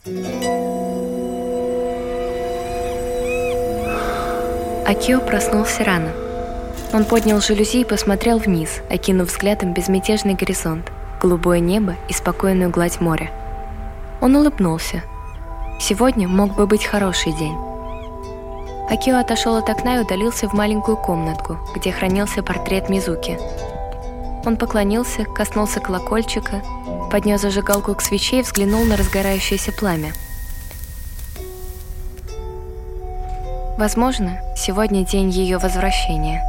Акио проснулся рано. Он поднял жалюзи и посмотрел вниз, окинув взглядом безмятежный горизонт, голубое небо и спокойную гладь моря. Он улыбнулся. Сегодня мог бы быть хороший день. Акио отошел от окна и удалился в маленькую комнатку, где хранился портрет Мизуки. Он поклонился, коснулся колокольчика, поднес зажигалку к свече и взглянул на разгорающееся пламя. Возможно, сегодня день ее возвращения.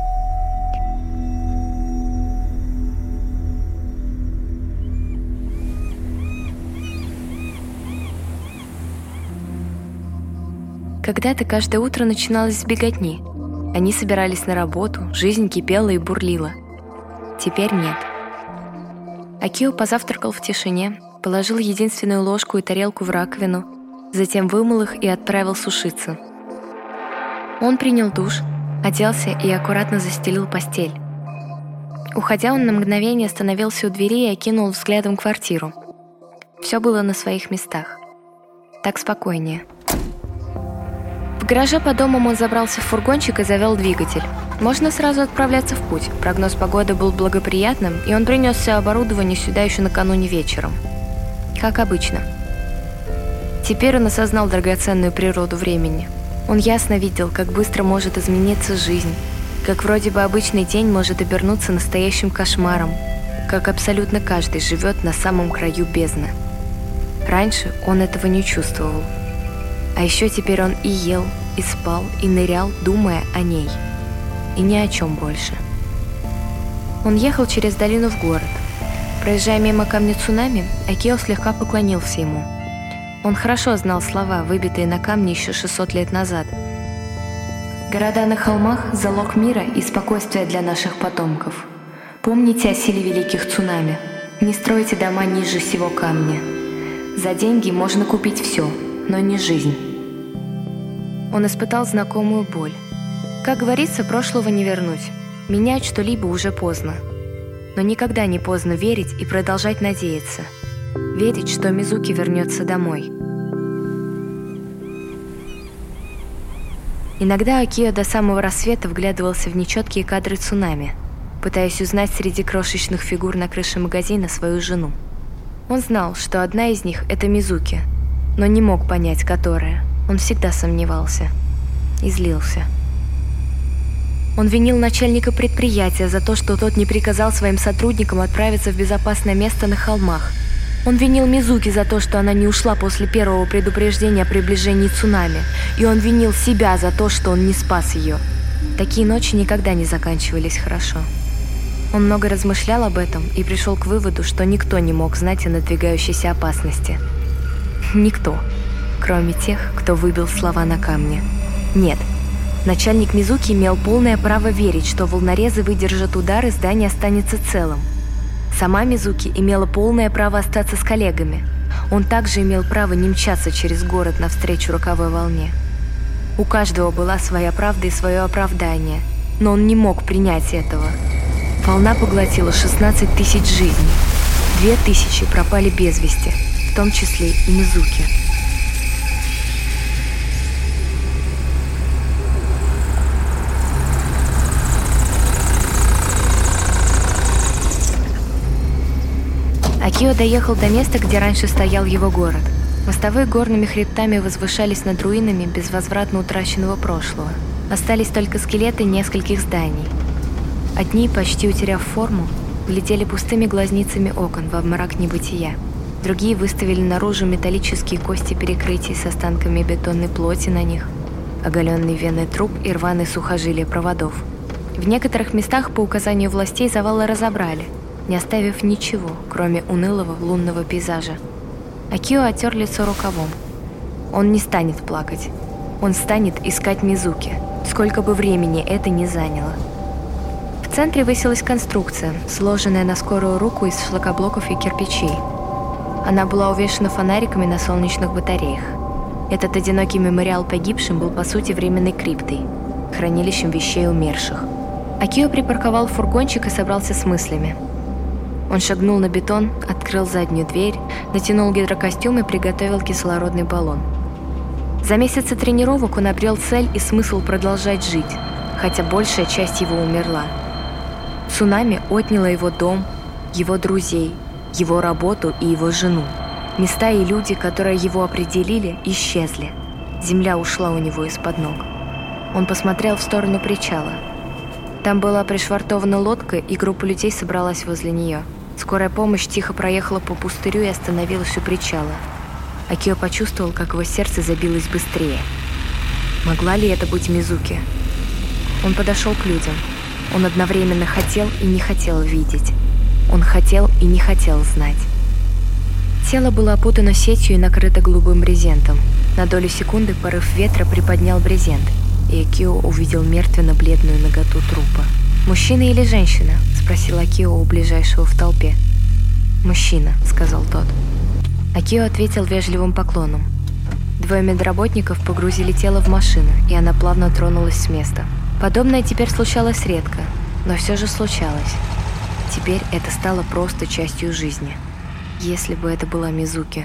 Когда-то каждое утро начиналось с беготни. Они собирались на работу, жизнь кипела и бурлила. Теперь нет. Акио позавтракал в тишине, положил единственную ложку и тарелку в раковину, затем вымыл их и отправил сушиться. Он принял душ, оделся и аккуратно застелил постель. Уходя, он на мгновение остановился у двери и окинул взглядом квартиру. Все было на своих местах. Так спокойнее. В гараже под домом он забрался в фургончик и завел двигатель. Можно сразу отправляться в путь. Прогноз погоды был благоприятным, и он принес все оборудование сюда еще накануне вечером. Как обычно. Теперь он осознал драгоценную природу времени. Он ясно видел, как быстро может измениться жизнь, как вроде бы обычный день может обернуться настоящим кошмаром, как абсолютно каждый живет на самом краю бездны. Раньше он этого не чувствовал. А еще теперь он и ел, и спал, и нырял, думая о ней. И ни о чем больше. Он ехал через долину в город. Проезжая мимо камня цунами, Акио слегка поклонился ему. Он хорошо знал слова, выбитые на камне еще 600 лет назад. «Города на холмах – залог мира и спокойствия для наших потомков. Помните о силе великих цунами. Не стройте дома ниже сего камня. За деньги можно купить все, но не жизнь». Он испытал знакомую боль. Как говорится, прошлого не вернуть. Менять что-либо уже поздно. Но никогда не поздно верить и продолжать надеяться. Верить, что Мизуки вернется домой. Иногда Акио до самого рассвета вглядывался в нечеткие кадры цунами, пытаясь узнать среди крошечных фигур на крыше магазина свою жену. Он знал, что одна из них — это Мизуки, но не мог понять, которая. Он всегда сомневался и злился. Он винил начальника предприятия за то, что тот не приказал своим сотрудникам отправиться в безопасное место на холмах. Он винил Мизуки за то, что она не ушла после первого предупреждения о приближении цунами, и он винил себя за то, что он не спас ее. Такие ночи никогда не заканчивались хорошо. Он много размышлял об этом и пришел к выводу, что никто не мог знать о надвигающейся опасности. Никто, кроме тех, кто выбил слова на камне. Нет. Начальник Мизуки имел полное право верить, что волнорезы выдержат удар и здание останется целым. Сама Мизуки имела полное право остаться с коллегами. Он также имел право не мчаться через город навстречу роковой волне. У каждого была своя правда и свое оправдание, но он не мог принять этого. Волна поглотила 16 тысяч жизней. 2000 пропали без вести, в том числе и Мизуки. Акио доехал до места, где раньше стоял его город. Мостовые горными хребтами возвышались над руинами безвозвратно утраченного прошлого. Остались только скелеты нескольких зданий. Одни, почти утеряв форму, глядели пустыми глазницами окон во мрак небытия. Другие выставили наружу металлические кости перекрытий с останками бетонной плоти на них, оголенные вены труб и рваные сухожилия проводов. В некоторых местах по указанию властей завалы разобрали, не оставив ничего, кроме унылого лунного пейзажа. Акио оттер лицо рукавом. Он не станет плакать. Он станет искать Мизуки, сколько бы времени это ни заняло. В центре высилась конструкция, сложенная на скорую руку из шлакоблоков и кирпичей. Она была увешана фонариками на солнечных батареях. Этот одинокий мемориал погибшим был по сути временной криптой, хранилищем вещей умерших. Акио припарковал фургончик и собрался с мыслями. Он шагнул на бетон, открыл заднюю дверь, натянул гидрокостюм и приготовил кислородный баллон. За месяцы тренировок он обрел цель и смысл продолжать жить, хотя большая часть его умерла. Цунами отняло его дом, его друзей, его работу и его жену. Места и люди, которые его определили, исчезли. Земля ушла у него из-под ног. Он посмотрел в сторону причала. Там была пришвартована лодка, и группа людей собралась возле нее. Скорая помощь тихо проехала по пустырю и остановилась у причала. Акио почувствовал, как его сердце забилось быстрее. Могла ли это быть Мизуки? Он подошел к людям. Он одновременно хотел и не хотел видеть. Он хотел и не хотел знать. Тело было опутано сетью и накрыто голубым брезентом. На долю секунды порыв ветра приподнял брезент, и Акио увидел мертвенно-бледную наготу трупа. «Мужчина или женщина?» – спросил Акио у ближайшего в толпе. «Мужчина», – сказал тот. Акио ответил вежливым поклоном. Двое медработников погрузили тело в машину, и она плавно тронулась с места. Подобное теперь случалось редко, но все же случалось. Теперь это стало просто частью жизни. Если бы это была Мизуки.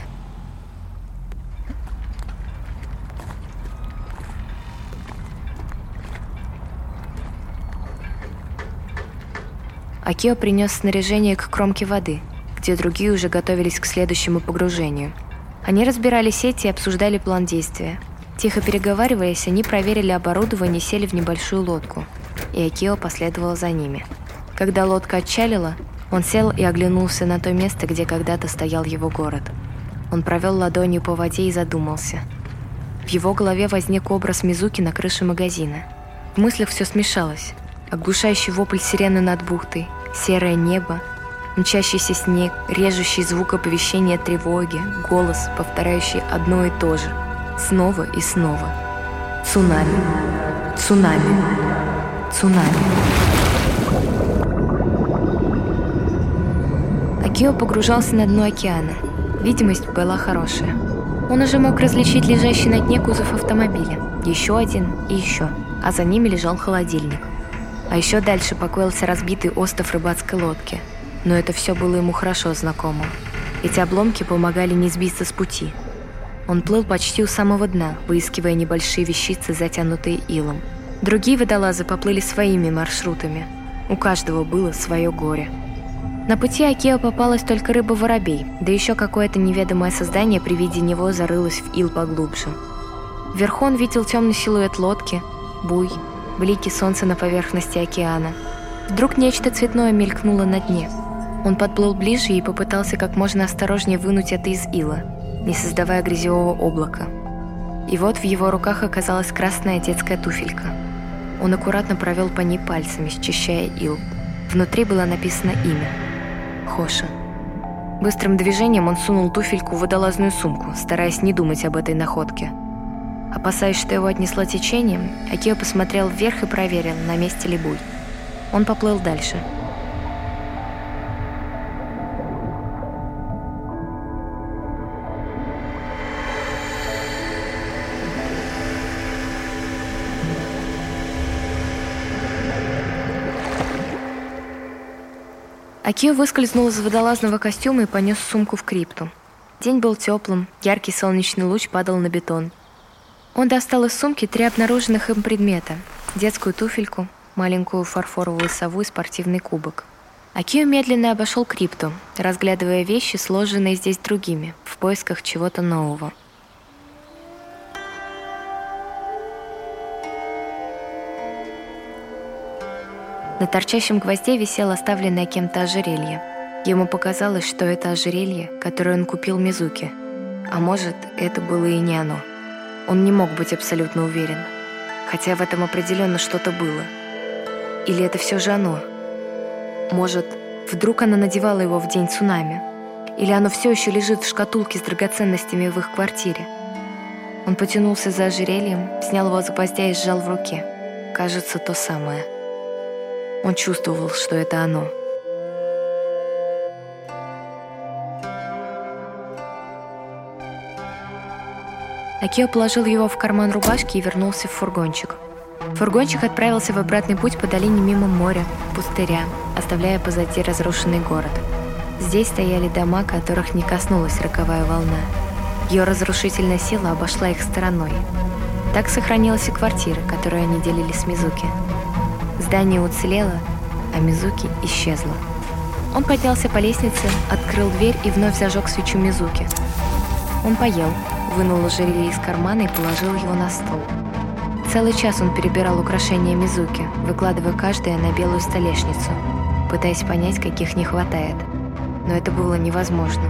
Акио принес снаряжение к кромке воды, где другие уже готовились к следующему погружению. Они разбирали сети и обсуждали план действия. Тихо переговариваясь, они проверили оборудование и сели в небольшую лодку, и Акио последовал за ними. Когда лодка отчалила, он сел и оглянулся на то место, где когда-то стоял его город. Он провел ладонью по воде и задумался. В его голове возник образ Мизуки на крыше магазина. В мыслях все смешалось. Оглушающий вопль сирены над бухтой, серое небо, мчащийся снег, режущий звук оповещения тревоги, голос, повторяющий одно и то же, снова и снова. Цунами, цунами, цунами. Акио погружался на дно океана. Видимость была хорошая. Он уже мог различить лежащий на дне кузов автомобиля. Еще один и еще, а за ними лежал холодильник. А еще дальше покоился разбитый остов рыбацкой лодки. Но это все было ему хорошо знакомо. Эти обломки помогали не сбиться с пути. Он плыл почти у самого дна, выискивая небольшие вещицы, затянутые илом. Другие водолазы поплыли своими маршрутами. У каждого было свое горе. На пути Акио попалась только рыба-воробей, да еще какое-то неведомое создание при виде него зарылось в ил поглубже. Вверху он видел темный силуэт лодки, буй, блики солнца на поверхности океана. Вдруг нечто цветное мелькнуло на дне. Он подплыл ближе и попытался как можно осторожнее вынуть это из ила, не создавая грязевого облака. И вот в его руках оказалась красная детская туфелька. Он аккуратно провел по ней пальцами, счищая ил. Внутри было написано имя – Хоша. Быстрым движением он сунул туфельку в водолазную сумку, стараясь не думать об этой находке. Опасаясь, что его отнесло течением, Акио посмотрел вверх и проверил, на месте ли буй. Он поплыл дальше. Акио выскользнул из водолазного костюма и понес сумку в крипту. День был теплым, яркий солнечный луч падал на бетон. Он достал из сумки 3 обнаруженных им предмета – детскую туфельку, маленькую фарфоровую сову и спортивный кубок. Акио медленно обошел крипту, разглядывая вещи, сложенные здесь другими, в поисках чего-то нового. На торчащем гвозде висело оставленное кем-то ожерелье. Ему показалось, что это ожерелье, которое он купил Мизуки. А может, это было и не оно. Он не мог быть абсолютно уверен. Хотя в этом определенно что-то было. Или это все же оно? Может, вдруг она надевала его в день цунами? Или оно все еще лежит в шкатулке с драгоценностями в их квартире? Он потянулся за ожерельем, снял его с гвоздя и сжал в руке. Кажется, то самое. Он чувствовал, что это оно. Акио положил его в карман рубашки и вернулся в фургончик. Фургончик отправился в обратный путь по долине мимо моря, пустыря, оставляя позади разрушенный город. Здесь стояли дома, которых не коснулась роковая волна. Ее разрушительная сила обошла их стороной. Так сохранилась и квартира, которую они делили с Мизуки. Здание уцелело, а Мизуки исчезла. Он поднялся по лестнице, открыл дверь и вновь зажег свечу Мизуки. Он поел, вынул ожерелье из кармана и положил его на стол. Целый час он перебирал украшения Мизуки, выкладывая каждое на белую столешницу, пытаясь понять, каких не хватает. Но это было невозможно.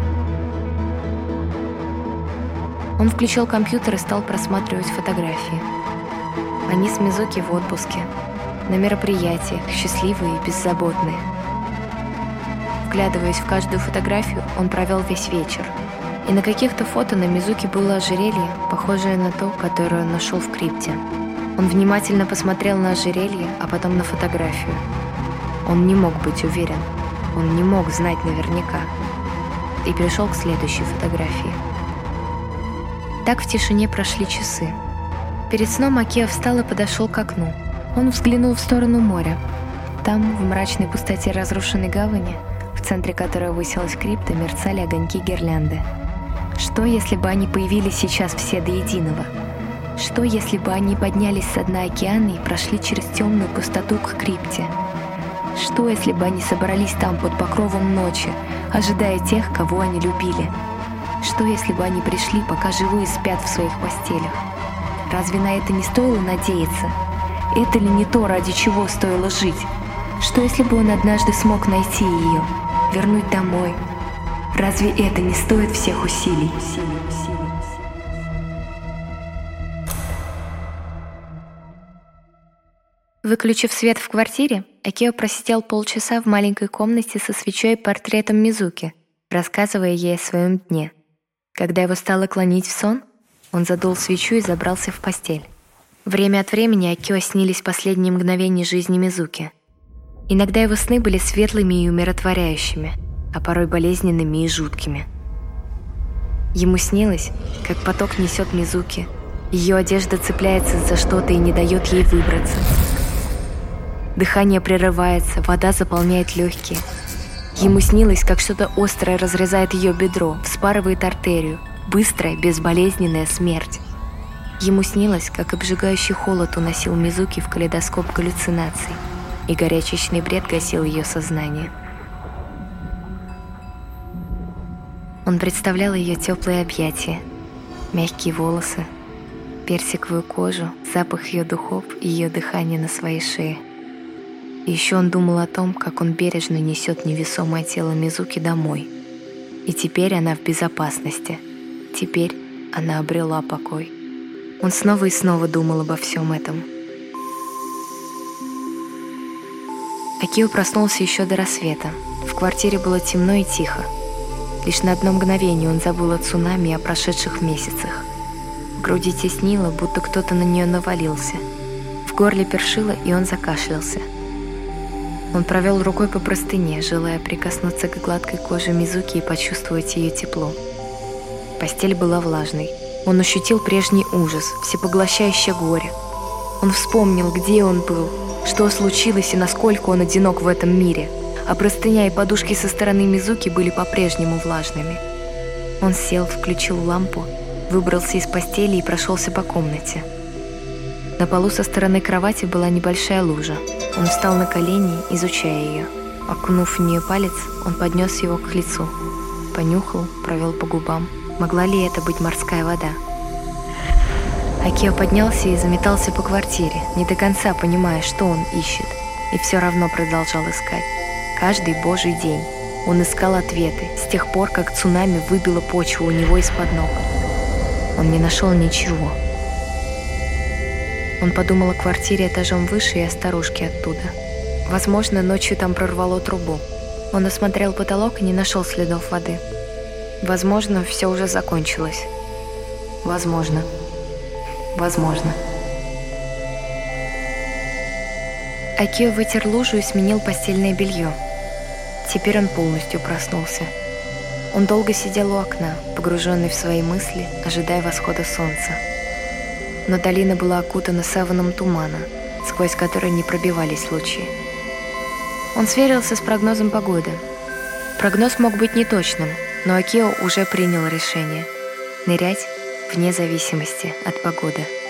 Он включил компьютер и стал просматривать фотографии. Они с Мизуки в отпуске, на мероприятиях, счастливые и беззаботные. Вглядываясь в каждую фотографию, он провел весь вечер. И на каких-то фото на Мизуки было ожерелье, похожее на то, которое он нашел в крипте. Он внимательно посмотрел на ожерелье, а потом на фотографию. Он не мог быть уверен. Он не мог знать наверняка. И перешел к следующей фотографии. Так в тишине прошли часы. Перед сном Акио встал и подошел к окну. Он взглянул в сторону моря. Там, в мрачной пустоте разрушенной гавани, в центре которой высилась крипта, мерцали огоньки гирлянды. Что, если бы они появились сейчас все до единого? Что, если бы они поднялись со дна океана и прошли через темную пустоту к крипте? Что, если бы они собрались там под покровом ночи, ожидая тех, кого они любили? Что, если бы они пришли, пока живые спят в своих постелях? Разве на это не стоило надеяться? Это ли не то, ради чего стоило жить? Что, если бы он однажды смог найти ее, вернуть домой? Разве это не стоит всех усилий? Выключив свет в квартире, Акио просидел полчаса в маленькой комнате со свечой и портретом Мизуки, рассказывая ей о своем дне. Когда его стало клонить в сон, он задул свечу и забрался в постель. Время от времени Акио снились последние мгновения жизни Мизуки. Иногда его сны были светлыми и умиротворяющими, а порой болезненными и жуткими. Ему снилось, как поток несет Мизуки, ее одежда цепляется за что-то и не дает ей выбраться. Дыхание прерывается, вода заполняет легкие. Ему снилось, как что-то острое разрезает ее бедро, вспарывает артерию. Быстрая, безболезненная смерть. Ему снилось, как обжигающий холод уносил Мизуки в калейдоскоп галлюцинаций, и горячечный бред гасил ее сознание. Он представлял ее теплые объятия, мягкие волосы, персиковую кожу, запах ее духов и ее дыхание на своей шее. И еще он думал о том, как он бережно несет невесомое тело Мизуки домой. И теперь она в безопасности. Теперь она обрела покой. Он снова и снова думал обо всем этом. Акио проснулся еще до рассвета. В квартире было темно и тихо. Лишь на одно мгновение он забыл о цунами и о прошедших месяцах. В груди теснило, будто кто-то на нее навалился. В горле першило, и он закашлялся. Он провел рукой по простыне, желая прикоснуться к гладкой коже Мизуки и почувствовать ее тепло. Постель была влажной. Он ощутил прежний ужас, всепоглощающее горе. Он вспомнил, где он был, что случилось и насколько он одинок в этом мире, а простыня и подушки со стороны Мизуки были по-прежнему влажными. Он сел, включил лампу, выбрался из постели и прошелся по комнате. На полу со стороны кровати была небольшая лужа. Он встал на колени, изучая ее. Окунув в нее палец, он поднес его к лицу. Понюхал, провел по губам. Могла ли это быть морская вода? Акио поднялся и заметался по квартире, не до конца понимая, что он ищет, и все равно продолжал искать. Каждый божий день он искал ответы, с тех пор, как цунами выбило почву у него из-под ног. Он не нашел ничего. Он подумал о квартире этажом выше и о старушке оттуда. Возможно, ночью там прорвало трубу. Он осмотрел потолок и не нашел следов воды. Возможно, все уже закончилось. Возможно. Акио вытер лужу и сменил постельное белье. Теперь он полностью проснулся. Он долго сидел у окна, погруженный в свои мысли, ожидая восхода солнца. Но долина была окутана саваном тумана, сквозь который не пробивались лучи. Он сверился с прогнозом погоды. Прогноз мог быть неточным, но Акио уже принял решение — нырять вне зависимости от погоды.